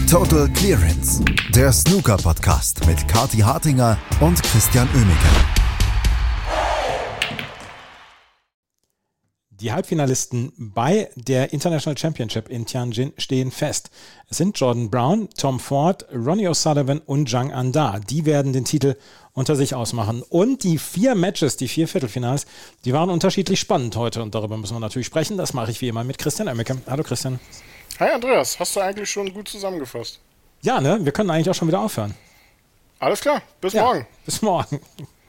Total Clearance, der Snooker-Podcast mit Kathi Hartinger und Christian Oemeke. Die Halbfinalisten bei der International Championship in Tianjin stehen fest. Es sind Jordan Brown, Tom Ford, Ronnie O'Sullivan und Zhang Anda. Die werden den Titel unter sich ausmachen. Und die 4 Matches, die 4 Viertelfinals, die waren unterschiedlich spannend heute. Und darüber müssen wir natürlich sprechen. Das mache ich wie immer mit Christian Oemeke. Hallo Christian. Hi Andreas, hast du eigentlich schon gut zusammengefasst? Ja, ne? Wir können eigentlich auch schon wieder aufhören. Alles klar, bis morgen. Bis morgen.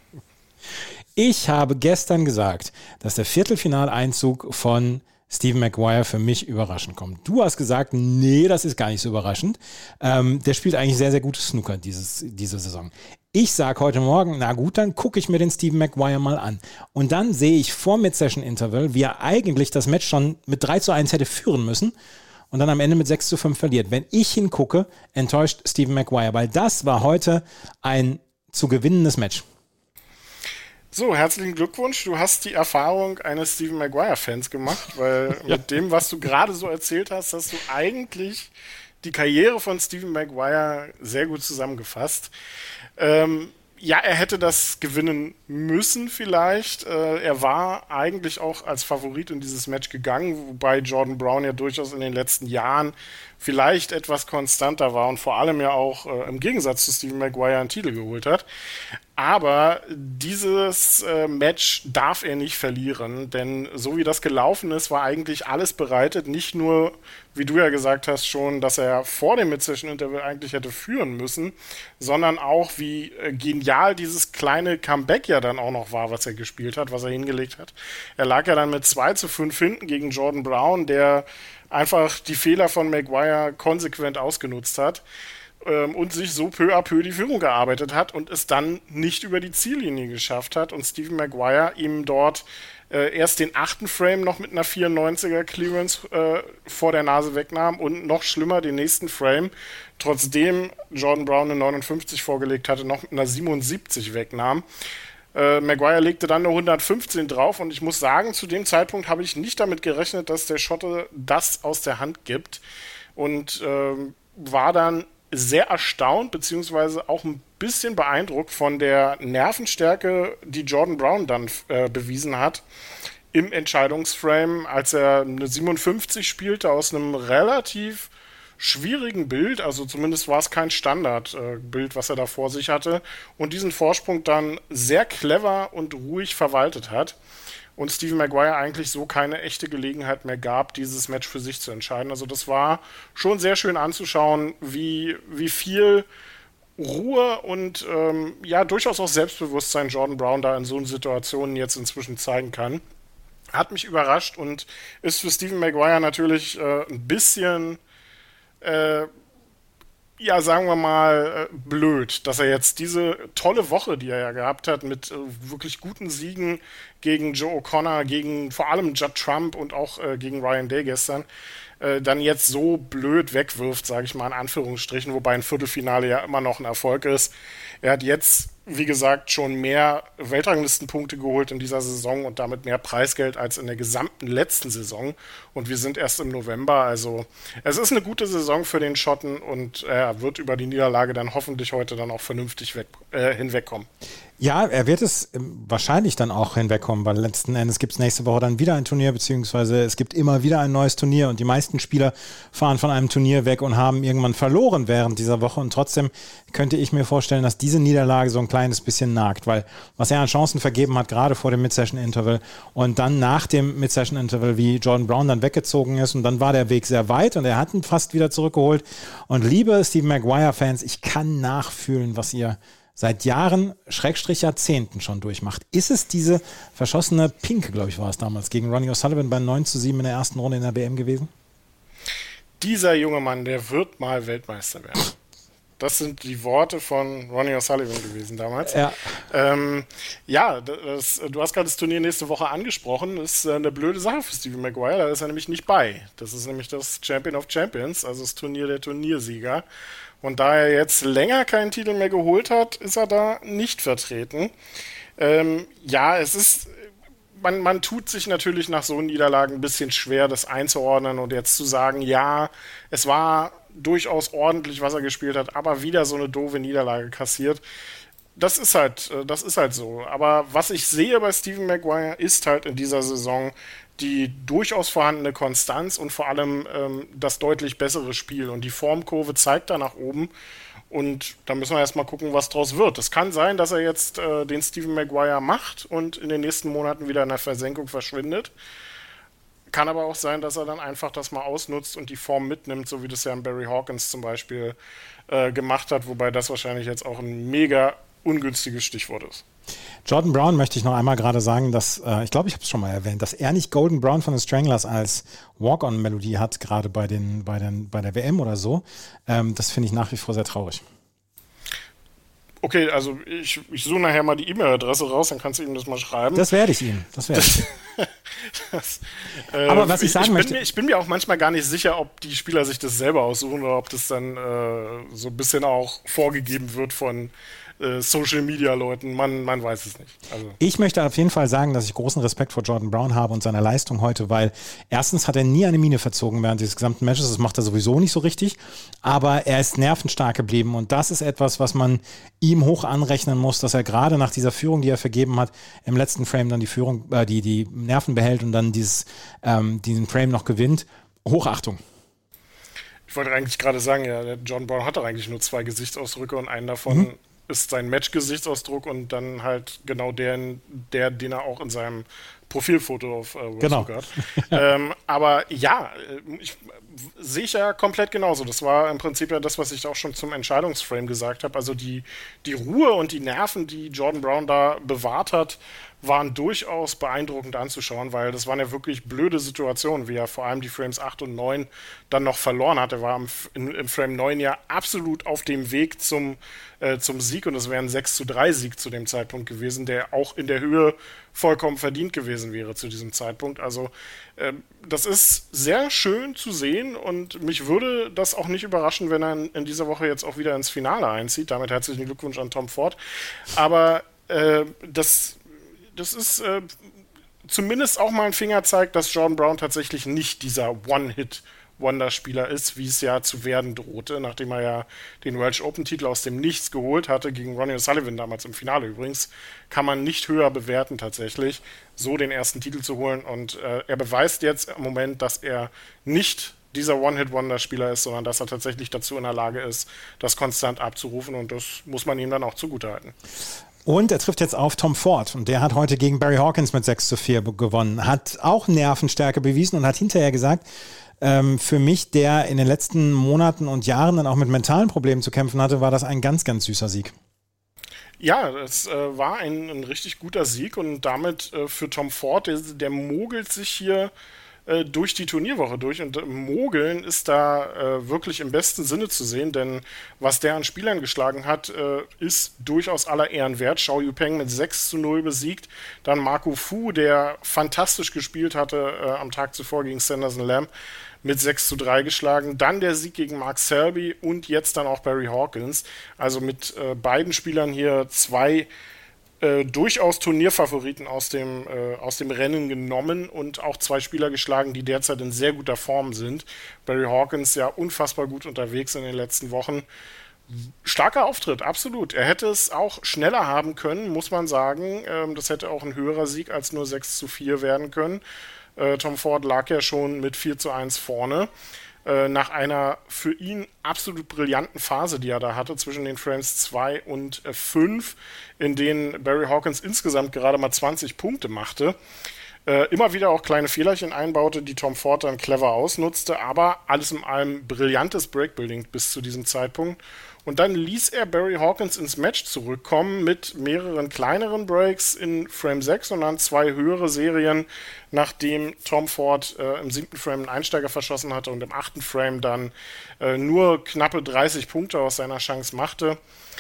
Ich habe gestern gesagt, dass der Viertelfinaleinzug von Stephen Maguire für mich überraschend kommt. Du hast gesagt, nee, das ist gar nicht so überraschend. Der spielt eigentlich sehr, sehr gutes Snooker diese Saison. Ich sage heute Morgen, na gut, dann gucke ich mir den Stephen Maguire mal an. Und dann sehe ich vor Mid-Session-Interval, wie er eigentlich das Match schon mit 3:1 hätte führen müssen und dann am Ende mit 6:5 verliert. Wenn ich hingucke, enttäuscht Stephen Maguire, weil das war heute ein zu gewinnendes Match. So, herzlichen Glückwunsch. Du hast die Erfahrung eines Stephen Maguire-Fans gemacht, weil mit dem, was du gerade so erzählt hast, hast du eigentlich die Karriere von Stephen Maguire sehr gut zusammengefasst. Ja, er hätte das gewinnen müssen vielleicht. Er war eigentlich auch als Favorit in dieses Match gegangen, wobei Jordan Brown ja durchaus in den letzten Jahren vielleicht etwas konstanter war und vor allem ja auch im Gegensatz zu Stephen Maguire einen Titel geholt hat. Aber dieses Match darf er nicht verlieren, denn so wie das gelaufen ist, war eigentlich alles bereitet. Nicht nur, wie du ja gesagt hast schon, dass er vor dem Mid-Session-Interval eigentlich hätte führen müssen, sondern auch, wie genial dieses kleine Comeback ja dann auch noch war, was er gespielt hat, was er hingelegt hat. Er lag ja dann mit 2:5 hinten gegen Jordan Brown, der einfach die Fehler von Maguire konsequent ausgenutzt hat und sich so peu à peu die Führung gearbeitet hat und es dann nicht über die Ziellinie geschafft hat und Stephen Maguire ihm dort erst den 8. Frame noch mit einer 94er Clearance vor der Nase wegnahm und noch schlimmer den nächsten Frame, trotzdem Jordan Brown eine 59 vorgelegt hatte, noch mit einer 77 wegnahm. Maguire legte dann eine 115 drauf und ich muss sagen, zu dem Zeitpunkt habe ich nicht damit gerechnet, dass der Schotte das aus der Hand gibt und war dann sehr erstaunt, beziehungsweise auch ein bisschen beeindruckt von der Nervenstärke, die Jordan Brown dann bewiesen hat im Entscheidungsframe, als er eine 57 spielte aus einem relativ schwierigen Bild, also zumindest war es kein Standardbild, was er da vor sich hatte und diesen Vorsprung dann sehr clever und ruhig verwaltet hat und Stephen Maguire eigentlich so keine echte Gelegenheit mehr gab, dieses Match für sich zu entscheiden. Also das war schon sehr schön anzuschauen, wie viel Ruhe und ja durchaus auch Selbstbewusstsein Jordan Brown da in so Situationen jetzt inzwischen zeigen kann. Hat mich überrascht und ist für Stephen Maguire natürlich ein bisschen ja, sagen wir mal, blöd, dass er jetzt diese tolle Woche, die er ja gehabt hat, mit wirklich guten Siegen gegen Joe O'Connor, gegen vor allem Judd Trump und auch gegen Ryan Day gestern, dann jetzt so blöd wegwirft, sage ich mal in Anführungsstrichen, wobei ein Viertelfinale ja immer noch ein Erfolg ist. Er hat jetzt, wie gesagt, schon mehr Weltranglistenpunkte geholt in dieser Saison und damit mehr Preisgeld als in der gesamten letzten Saison. Und wir sind erst im November. Also es ist eine gute Saison für den Schotten und er wird über die Niederlage dann hoffentlich heute dann auch vernünftig hinwegkommen. Ja, er wird es wahrscheinlich dann auch hinwegkommen, weil letzten Endes gibt es nächste Woche dann wieder ein Turnier, beziehungsweise es gibt immer wieder ein neues Turnier und die meisten Spieler fahren von einem Turnier weg und haben irgendwann verloren während dieser Woche und trotzdem könnte ich mir vorstellen, dass diese Niederlage so ein kleines bisschen nagt, weil was er an Chancen vergeben hat, gerade vor dem Mid-Session-Interval und dann nach dem Mid-Session-Interval, wie Jordan Brown dann weggezogen ist und dann war der Weg sehr weit und er hat ihn fast wieder zurückgeholt und liebe Stephen Maguire-Fans, ich kann nachfühlen, was ihr seit Jahren, Schrägstrich Jahrzehnten schon durchmacht. Ist es diese verschossene Pinke, glaube ich, war es damals, gegen Ronnie O'Sullivan bei 9:7 in der ersten Runde in der WM gewesen? Dieser junge Mann, der wird mal Weltmeister werden. Das sind die Worte von Ronnie O'Sullivan gewesen damals. Ja, ja du hast gerade das Turnier nächste Woche angesprochen. Das ist eine blöde Sache für Stephen Maguire, da ist er nämlich nicht bei. Das ist nämlich das Champion of Champions, also das Turnier der Turniersieger. Und da er jetzt länger keinen Titel mehr geholt hat, ist er da nicht vertreten. Ja, es ist man tut sich natürlich nach so Niederlagen ein bisschen schwer, das einzuordnen und jetzt zu sagen, ja, es war durchaus ordentlich, was er gespielt hat, aber wieder so eine doofe Niederlage kassiert. Das ist halt so. Aber was ich sehe bei Stephen Maguire ist halt in dieser Saison die durchaus vorhandene Konstanz und vor allem das deutlich bessere Spiel. Und die Formkurve zeigt da nach oben. Und da müssen wir erstmal gucken, was draus wird. Es kann sein, dass er jetzt den Stephen Maguire macht und in den nächsten Monaten wieder in der Versenkung verschwindet. Kann aber auch sein, dass er dann einfach das mal ausnutzt und die Form mitnimmt, so wie das ja in Barry Hawkins zum Beispiel gemacht hat, wobei das wahrscheinlich jetzt auch ein mega ungünstiges Stichwort ist. Jordan Brown möchte ich noch einmal gerade sagen, dass, ich glaube, ich habe es schon mal erwähnt, dass er nicht Golden Brown von den Stranglers als Walk-on-Melodie hat, gerade bei der WM oder so. Das finde ich nach wie vor sehr traurig. Okay, also ich suche nachher mal die E-Mail-Adresse raus, dann kannst du ihm das mal schreiben. Das werde ich ihm. Aber was ich sagen möchte... Ich bin mir auch manchmal gar nicht sicher, ob die Spieler sich das selber aussuchen oder ob das dann so ein bisschen auch vorgegeben wird von Social-Media-Leuten. Man weiß es nicht. Also. Ich möchte auf jeden Fall sagen, dass ich großen Respekt vor Jordan Brown habe und seiner Leistung heute, weil erstens hat er nie eine Miene verzogen während dieses gesamten Matches. Das macht er sowieso nicht so richtig. Aber er ist nervenstark geblieben und das ist etwas, was man ihm hoch anrechnen muss, dass er gerade nach dieser Führung, die er vergeben hat, im letzten Frame dann die Nerven behält und dann diesen Frame noch gewinnt. Hochachtung. Ich wollte eigentlich gerade sagen, ja, der John Brown hat doch eigentlich nur 2 Gesichtsausdrücke und einen davon ist sein Match-Gesichtsausdruck und dann halt genau den er auch in seinem Profilfoto auf Facebook hat. Aber ja, sehe ich ja komplett genauso. Das war im Prinzip ja das, was ich auch schon zum Entscheidungsframe gesagt habe. Also die Ruhe und die Nerven, die Jordan Brown da bewahrt hat, waren durchaus beeindruckend anzuschauen, weil das waren ja wirklich blöde Situationen, wie er vor allem die Frames 8 und 9 dann noch verloren hat. Er war im Frame 9 ja absolut auf dem Weg zum Sieg und es wäre ein 6:3 Sieg zu dem Zeitpunkt gewesen, der auch in der Höhe vollkommen verdient gewesen wäre zu diesem Zeitpunkt. Also das ist sehr schön zu sehen und mich würde das auch nicht überraschen, wenn er in dieser Woche jetzt auch wieder ins Finale einzieht. Damit herzlichen Glückwunsch an Tom Ford. Aber das ist zumindest auch mal ein Fingerzeig, dass Jordan Brown tatsächlich nicht dieser One-Hit-Wonder-Spieler ist, wie es ja zu werden drohte, nachdem er ja den Welsh Open-Titel aus dem Nichts geholt hatte, gegen Ronnie O'Sullivan damals im Finale übrigens, kann man nicht höher bewerten tatsächlich, so den ersten Titel zu holen. Und er beweist jetzt im Moment, dass er nicht dieser One-Hit-Wonder-Spieler ist, sondern dass er tatsächlich dazu in der Lage ist, das konstant abzurufen und das muss man ihm dann auch zugutehalten. Und er trifft jetzt auf Tom Ford und der hat heute gegen Barry Hawkins mit 6:4 gewonnen, hat auch Nervenstärke bewiesen und hat hinterher gesagt, für mich, der in den letzten Monaten und Jahren dann auch mit mentalen Problemen zu kämpfen hatte, war das ein ganz, ganz süßer Sieg. Ja, es war ein richtig guter Sieg und damit für Tom Ford, der mogelt sich hier durch die Turnierwoche durch und Mogeln ist da wirklich im besten Sinne zu sehen, denn was der an Spielern geschlagen hat, ist durchaus aller Ehren wert. Xiao Yupeng mit 6:0 besiegt, dann Marco Fu, der fantastisch gespielt hatte am Tag zuvor gegen Sanderson Lamb, mit 6:3 geschlagen, dann der Sieg gegen Mark Selby und jetzt dann auch Barry Hawkins, also mit beiden Spielern hier 2 durchaus Turnierfavoriten aus dem Rennen genommen und auch 2 Spieler geschlagen, die derzeit in sehr guter Form sind. Barry Hawkins ja unfassbar gut unterwegs in den letzten Wochen. Starker Auftritt, absolut. Er hätte es auch schneller haben können, muss man sagen. Das hätte auch ein höherer Sieg als nur 6:4 werden können. Tom Ford lag ja schon mit 4:1 vorne. Nach einer für ihn absolut brillanten Phase, die er da hatte, zwischen den Frames 2 und 5, in denen Barry Hawkins insgesamt gerade mal 20 Punkte machte. Immer wieder auch kleine Fehlerchen einbaute, die Tom Ford dann clever ausnutzte, aber alles in allem brillantes Breakbuilding bis zu diesem Zeitpunkt. Und dann ließ er Barry Hawkins ins Match zurückkommen mit mehreren kleineren Breaks in Frame 6 und dann 2 höhere Serien, nachdem Tom Ford im 7. Frame einen Einsteiger verschossen hatte und im 8. Frame dann nur knappe 30 Punkte aus seiner Chance machte.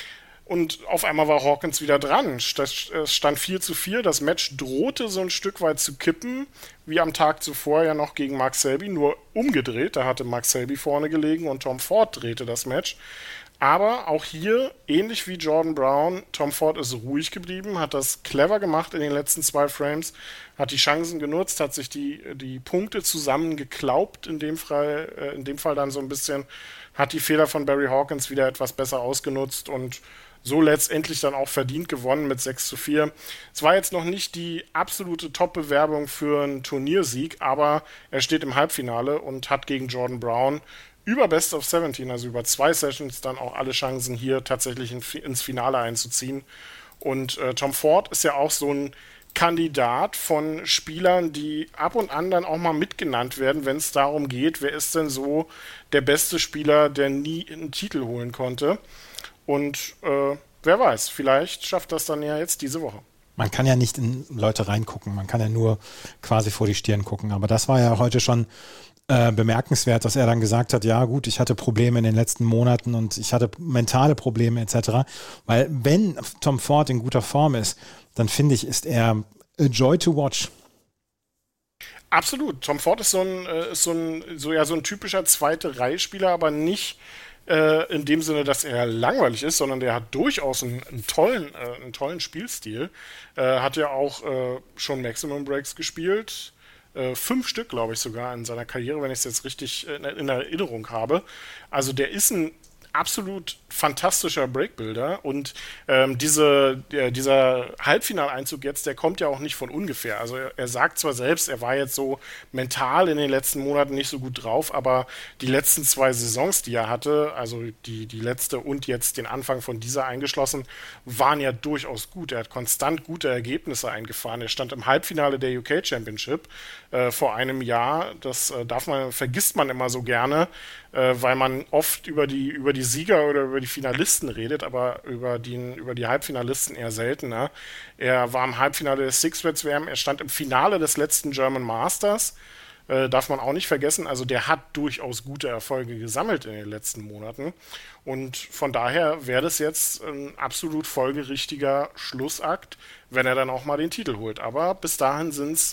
Und auf einmal war Hawkins wieder dran. Es stand 4:4. Das Match drohte so ein Stück weit zu kippen, wie am Tag zuvor ja noch gegen Mark Selby. Nur umgedreht. Da hatte Mark Selby vorne gelegen und Tom Ford drehte das Match. Aber auch hier, ähnlich wie Jordan Brown, Tom Ford ist ruhig geblieben, hat das clever gemacht in den letzten 2 Frames, hat die Chancen genutzt, hat sich die Punkte zusammengeklaubt, in dem Fall dann so ein bisschen, hat die Fehler von Barry Hawkins wieder etwas besser ausgenutzt und so letztendlich dann auch verdient gewonnen mit 6:4. Es war jetzt noch nicht die absolute Top-Bewerbung für einen Turniersieg, aber er steht im Halbfinale und hat gegen Jordan Brown über Best of 17, also über 2 Sessions, dann auch alle Chancen, hier tatsächlich ins Finale einzuziehen. Und Tom Ford ist ja auch so ein Kandidat von Spielern, die ab und an dann auch mal mitgenannt werden, wenn es darum geht, wer ist denn so der beste Spieler, der nie einen Titel holen konnte. Und wer weiß, vielleicht schafft das dann ja jetzt diese Woche. Man kann ja nicht in Leute reingucken, man kann ja nur quasi vor die Stirn gucken. Aber das war ja heute schon bemerkenswert, dass er dann gesagt hat, ja gut, ich hatte Probleme in den letzten Monaten und ich hatte mentale Probleme etc. Weil wenn Tom Ford in guter Form ist, dann finde ich, ist er a joy to watch. Absolut. Tom Ford ist so ein typischer Zweite-Reihe-Spieler, aber nicht in dem Sinne, dass er langweilig ist, sondern der hat durchaus einen tollen Spielstil. Hat ja auch schon Maximum Breaks gespielt. 5 Stück, glaube ich, sogar in seiner Karriere, wenn ich es jetzt richtig in Erinnerung habe. Also der ist ein absolut fantastischer Breakbuilder und dieser Halbfinaleinzug jetzt, der kommt ja auch nicht von ungefähr. Also er sagt zwar selbst, er war jetzt so mental in den letzten Monaten nicht so gut drauf, aber die letzten 2 Saisons, die er hatte, also die letzte und jetzt den Anfang von dieser eingeschlossen, waren ja durchaus gut. Er hat konstant gute Ergebnisse eingefahren. Er stand im Halbfinale der UK Championship vor einem Jahr. Das vergisst man immer so gerne, weil man oft über die Sieger oder über die Finalisten redet, aber über die Halbfinalisten eher seltener. Er war im Halbfinale der Six-Reds WM, er stand im Finale des letzten German Masters, darf man auch nicht vergessen, also der hat durchaus gute Erfolge gesammelt in den letzten Monaten und von daher wäre das jetzt ein absolut folgerichtiger Schlussakt, wenn er dann auch mal den Titel holt, aber bis dahin sind es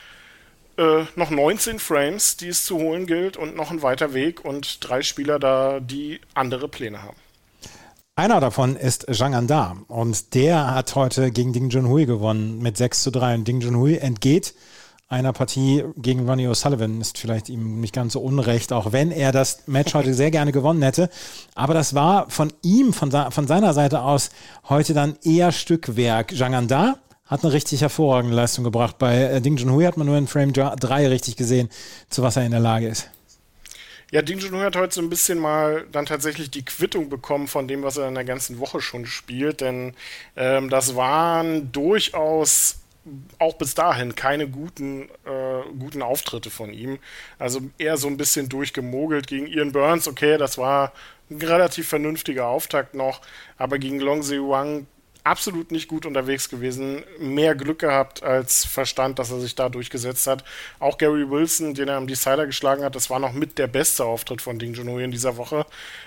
noch 19 Frames, die es zu holen gilt und noch ein weiter Weg und 3 Spieler da, die andere Pläne haben. Einer davon ist Zhang Anda und der hat heute gegen Ding Junhui gewonnen mit 6:3 und Ding Junhui entgeht einer Partie gegen Ronnie O'Sullivan, ist vielleicht ihm nicht ganz so unrecht, auch wenn er das Match heute sehr gerne gewonnen hätte, aber das war von ihm, von seiner Seite aus heute dann eher Stückwerk. Zhang Anda hat eine richtig hervorragende Leistung gebracht. Bei Ding Junhui hat man nur in Frame 3 richtig gesehen, zu was er in der Lage ist. Ja, Ding Junhui hat heute so ein bisschen mal dann tatsächlich die Quittung bekommen von dem, was er in der ganzen Woche schon spielt, denn das waren durchaus auch bis dahin keine guten Auftritte von ihm. Also eher so ein bisschen durchgemogelt gegen Ian Burns. Okay, das war ein relativ vernünftiger Auftakt noch, aber gegen Long Zhe Wang absolut nicht gut unterwegs gewesen, mehr Glück gehabt als Verstand, dass er sich da durchgesetzt hat. Auch Gary Wilson, den er am Decider geschlagen hat, das war noch mit der beste Auftritt von Ding Junhui in dieser Woche,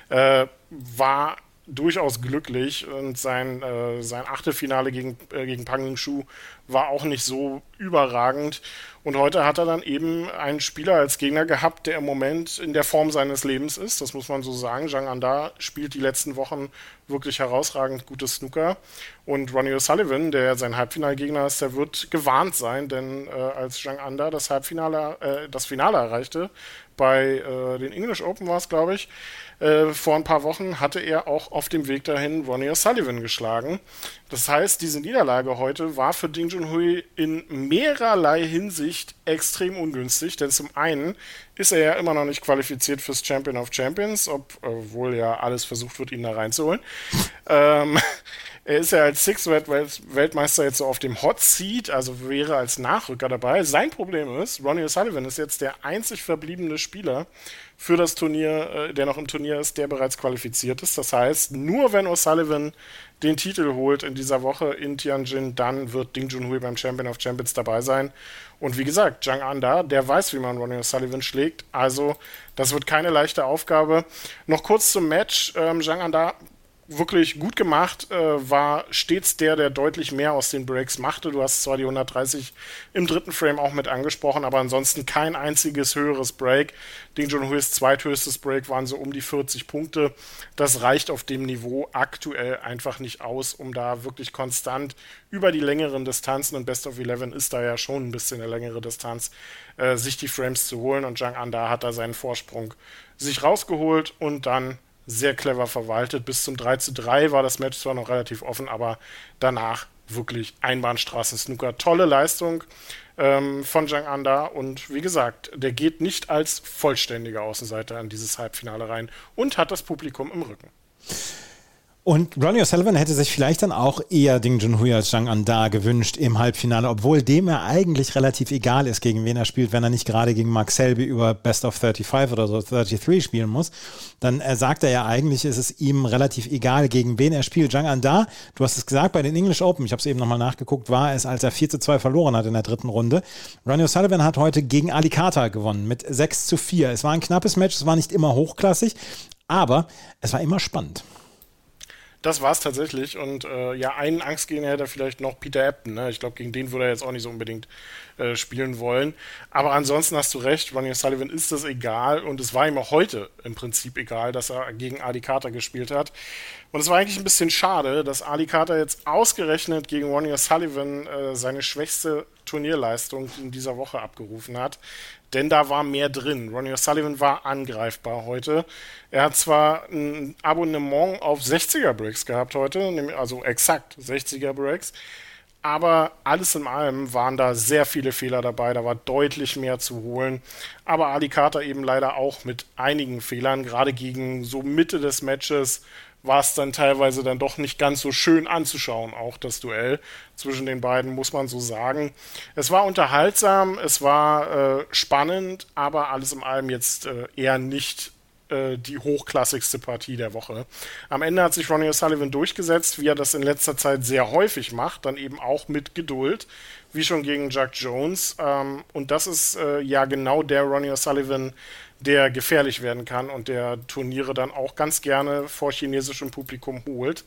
war durchaus glücklich und sein Achtelfinale gegen Pang Ling-Shu war auch nicht so überragend und heute hat er dann eben einen Spieler als Gegner gehabt, der im Moment in der Form seines Lebens ist, das muss man so sagen. Zhang Anda spielt die letzten Wochen wirklich herausragend gutes Snooker und Ronnie O'Sullivan, der sein Halbfinalgegner ist, der wird gewarnt sein, denn als Zhang Anda das Finale erreichte, bei den English Open war es, glaube ich, vor ein paar Wochen hatte er auch auf dem Weg dahin Ronnie O'Sullivan geschlagen. Das heißt, diese Niederlage heute war für Ding Junhui in mehrerlei Hinsicht extrem ungünstig, denn zum einen ist er ja immer noch nicht qualifiziert fürs Champion of Champions, obwohl ja alles versucht wird, ihn da reinzuholen. Er ist ja als Six-Weltmeister jetzt so auf dem Hot Seat, also wäre als Nachrücker dabei. Sein Problem ist, Ronnie O'Sullivan ist jetzt der einzig verbliebene Spieler für das Turnier, der noch im Turnier ist, der bereits qualifiziert ist. Das heißt, nur wenn O'Sullivan den Titel holt in dieser Woche in Tianjin, dann wird Ding Junhui beim Champion of Champions dabei sein. Und wie gesagt, Zhang Anda, der weiß, wie man Ronnie O'Sullivan schlägt. Also, das wird keine leichte Aufgabe. Noch kurz zum Match. Zhang Anda wirklich gut gemacht, war stets der deutlich mehr aus den Breaks machte. Du hast zwar die 130 im dritten Frame auch mit angesprochen, aber ansonsten kein einziges höheres Break. Ding Junhuis zweithöchstes Break waren so um die 40 Punkte. Das reicht auf dem Niveau aktuell einfach nicht aus, um da wirklich konstant über die längeren Distanzen, und Best of 11 ist da ja schon ein bisschen eine längere Distanz, sich die Frames zu holen. Und Zhang Anda hat da seinen Vorsprung sich rausgeholt und dann sehr clever verwaltet. Bis zum 3:3 war das Match zwar noch relativ offen, aber danach wirklich Einbahnstraßen-Snooker. Tolle Leistung von Zhang Anda, und wie gesagt, der geht nicht als vollständiger Außenseiter in dieses Halbfinale rein und hat das Publikum im Rücken. Und Ronnie O'Sullivan hätte sich vielleicht dann auch eher Ding Junhui als Zhang Anda gewünscht im Halbfinale, obwohl dem er eigentlich relativ egal ist, gegen wen er spielt, wenn er nicht gerade gegen Mark Selby über Best of 35 oder so 33 spielen muss. Dann sagt er ja eigentlich, ist es ihm relativ egal, gegen wen er spielt. Zhang Anda, du hast es gesagt, bei den English Open, ich habe es eben nochmal nachgeguckt, war es, als er 4:2 verloren hat in der dritten Runde. Ronnie O'Sullivan hat heute gegen Ali Carter gewonnen mit 6:4. Es war ein knappes Match, es war nicht immer hochklassig, aber es war immer spannend. Das war es tatsächlich, und einen Angstgegner hätte er vielleicht noch, Peter Ebdon, ne? Ich glaube, gegen den würde er jetzt auch nicht so unbedingt spielen wollen. Aber ansonsten hast du recht, Ronnie O'Sullivan ist das egal, und es war ihm auch heute im Prinzip egal, dass er gegen Ali Carter gespielt hat. Und es war eigentlich ein bisschen schade, dass Ali Carter jetzt ausgerechnet gegen Ronnie O'Sullivan seine schwächste Turnierleistung in dieser Woche abgerufen hat. Denn da war mehr drin. Ronnie O'Sullivan war angreifbar heute. Er hat zwar ein Abonnement auf 60er Breaks gehabt heute, also exakt 60er Breaks, aber alles in allem waren da sehr viele Fehler dabei, da war deutlich mehr zu holen. Aber Ali Carter eben leider auch mit einigen Fehlern, gerade gegen so Mitte des Matches war es dann teilweise dann doch nicht ganz so schön anzuschauen, auch das Duell zwischen den beiden, muss man so sagen. Es war unterhaltsam, es war spannend, aber alles in allem jetzt eher nicht die hochklassigste Partie der Woche. Am Ende hat sich Ronnie O'Sullivan durchgesetzt, wie er das in letzter Zeit sehr häufig macht, dann eben auch mit Geduld, wie schon gegen Jack Jones. Und das ist ja genau der Ronnie O'Sullivan, der gefährlich werden kann und der Turniere dann auch ganz gerne vor chinesischem Publikum holt.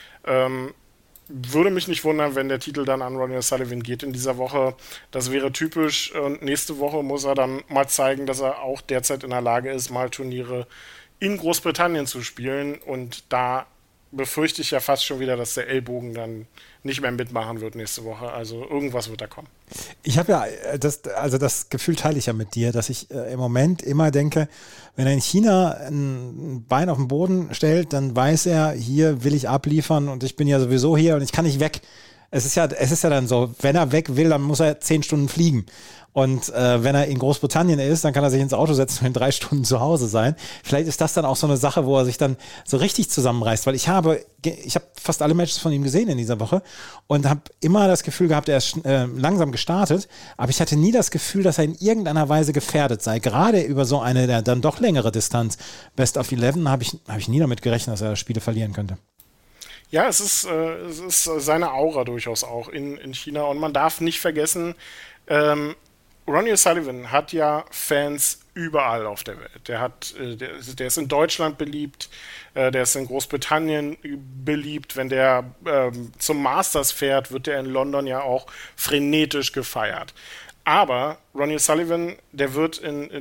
Würde mich nicht wundern, wenn der Titel dann an Ronnie O'Sullivan geht in dieser Woche. Das wäre typisch, und nächste Woche muss er dann mal zeigen, dass er auch derzeit in der Lage ist, mal Turniere in Großbritannien zu spielen, und da befürchte ich ja fast schon wieder, dass der Ellbogen dann nicht mehr mitmachen wird nächste Woche. Also irgendwas wird da kommen. Ich habe ja, das Gefühl teile ich ja mit dir, dass ich im Moment immer denke, wenn er in China ein Bein auf den Boden stellt, dann weiß er, hier will ich abliefern und ich bin ja sowieso hier und ich kann nicht weg. Es ist ja dann so, wenn er weg will, dann muss er 10 Stunden fliegen. Und wenn er in Großbritannien ist, dann kann er sich ins Auto setzen und in 3 Stunden zu Hause sein. Vielleicht ist das dann auch so eine Sache, wo er sich dann so richtig zusammenreißt, weil ich habe fast alle Matches von ihm gesehen in dieser Woche und habe immer das Gefühl gehabt, er ist langsam gestartet, aber ich hatte nie das Gefühl, dass er in irgendeiner Weise gefährdet sei. Gerade über so eine dann doch längere Distanz, Best of 11, habe ich nie damit gerechnet, dass er Spiele verlieren könnte. Ja, es ist seine Aura durchaus auch in China, und man darf nicht vergessen, Ronnie O'Sullivan hat ja Fans überall auf der Welt. Der ist in Deutschland beliebt, der ist in Großbritannien beliebt. Wenn der zum Masters fährt, wird der in London ja auch frenetisch gefeiert. Aber Ronnie O'Sullivan, der wird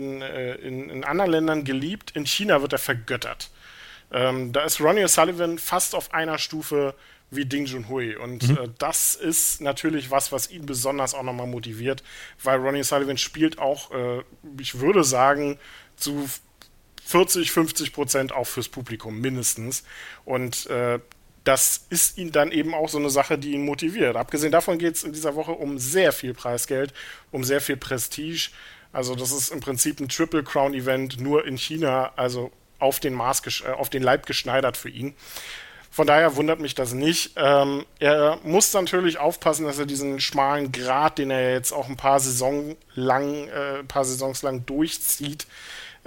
in anderen Ländern geliebt, in China wird er vergöttert. Da ist Ronnie O'Sullivan fast auf einer Stufe wie Ding Junhui. Und das ist natürlich was ihn besonders auch nochmal motiviert, weil Ronnie O'Sullivan spielt auch, ich würde sagen, zu 40-50% auch fürs Publikum mindestens. Und das ist ihn dann eben auch so eine Sache, die ihn motiviert. Abgesehen davon geht es in dieser Woche um sehr viel Preisgeld, um sehr viel Prestige. Also das ist im Prinzip ein Triple Crown Event nur in China, also auf den Leib geschneidert für ihn. Von daher wundert mich das nicht. Er muss natürlich aufpassen, dass er diesen schmalen Grat, den er jetzt auch ein paar Saisons lang durchzieht,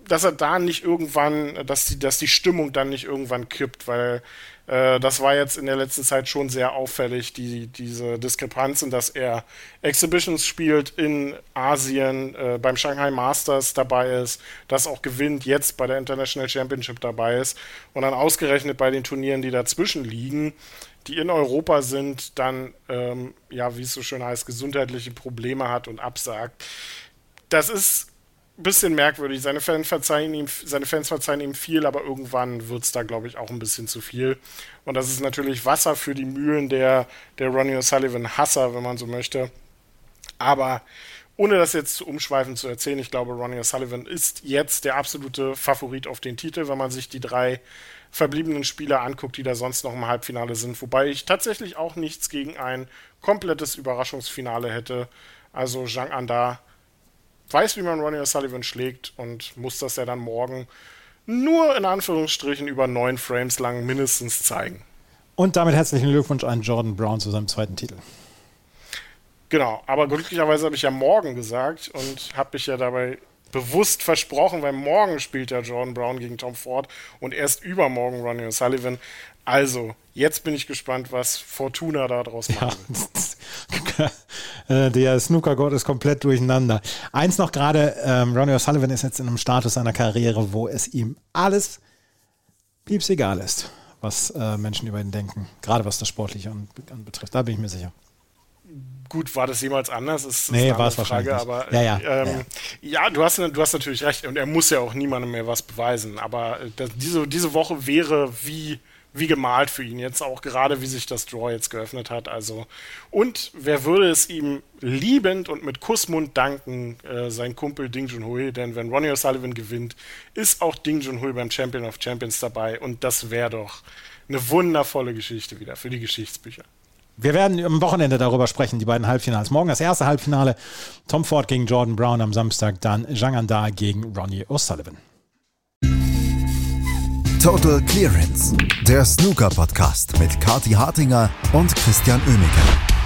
dass er da nicht irgendwann, dass die Stimmung dann nicht irgendwann kippt, weil das war jetzt in der letzten Zeit schon sehr auffällig, diese Diskrepanzen, dass er Exhibitions spielt in Asien, beim Shanghai Masters dabei ist, das auch gewinnt, jetzt bei der International Championship dabei ist und dann ausgerechnet bei den Turnieren, die dazwischen liegen, die in Europa sind, dann, wie es so schön heißt, gesundheitliche Probleme hat und absagt. Das ist ein bisschen merkwürdig. Seine Fans verzeihen ihm viel, aber irgendwann wird es da, glaube ich, auch ein bisschen zu viel. Und das ist natürlich Wasser für die Mühlen der Ronnie O'Sullivan-Hasser, wenn man so möchte. Aber ohne das jetzt zu umschweifend zu erzählen, ich glaube, Ronnie O'Sullivan ist jetzt der absolute Favorit auf den Titel, wenn man sich die 3 verbliebenen Spieler anguckt, die da sonst noch im Halbfinale sind. Wobei ich tatsächlich auch nichts gegen ein komplettes Überraschungsfinale hätte. Also Zhang Anda weiß, wie man Ronnie O'Sullivan schlägt und muss das ja dann morgen nur in Anführungsstrichen über 9 Frames lang mindestens zeigen. Und damit herzlichen Glückwunsch an Jordan Brown zu seinem 2. Titel. Genau, aber glücklicherweise habe ich ja morgen gesagt und habe mich ja dabei bewusst versprochen, weil morgen spielt ja Jordan Brown gegen Tom Ford und erst übermorgen Ronnie O'Sullivan. Also, jetzt bin ich gespannt, was Fortuna da draus macht. Ja, der Snooker-Gott ist komplett durcheinander. Eins noch gerade, Ronnie O'Sullivan ist jetzt in einem Status seiner Karriere, wo es ihm alles pieps egal ist, was Menschen über ihn denken. Gerade was das Sportliche anbetrifft. Da bin ich mir sicher. Gut, war das jemals anders? Ist nee, war es wahrscheinlich nicht. Aber, ja, du hast natürlich recht. Und er muss ja auch niemandem mehr was beweisen. Aber diese Woche wäre wie gemalt für ihn jetzt, auch gerade wie sich das Draw jetzt geöffnet hat. Also, und wer würde es ihm liebend und mit Kussmund danken, sein Kumpel Ding Junhui, denn wenn Ronnie O'Sullivan gewinnt, ist auch Ding Junhui beim Champion of Champions dabei und das wäre doch eine wundervolle Geschichte wieder für die Geschichtsbücher. Wir werden am Wochenende darüber sprechen, die beiden Halbfinals. Morgen das erste Halbfinale, Tom Ford gegen Jordan Brown, am Samstag dann Zhang Anda gegen Ronnie O'Sullivan. Total Clearance, der Snooker-Podcast mit Kathi Hartinger und Christian Oemeke.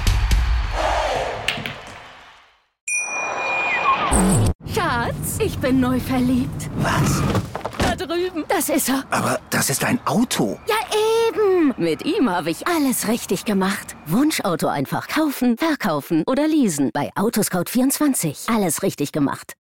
Schatz, ich bin neu verliebt. Was? Da drüben. Das ist er. Aber das ist ein Auto. Ja, eben. Mit ihm habe ich alles richtig gemacht. Wunschauto einfach kaufen, verkaufen oder leasen. Bei Autoscout24. Alles richtig gemacht.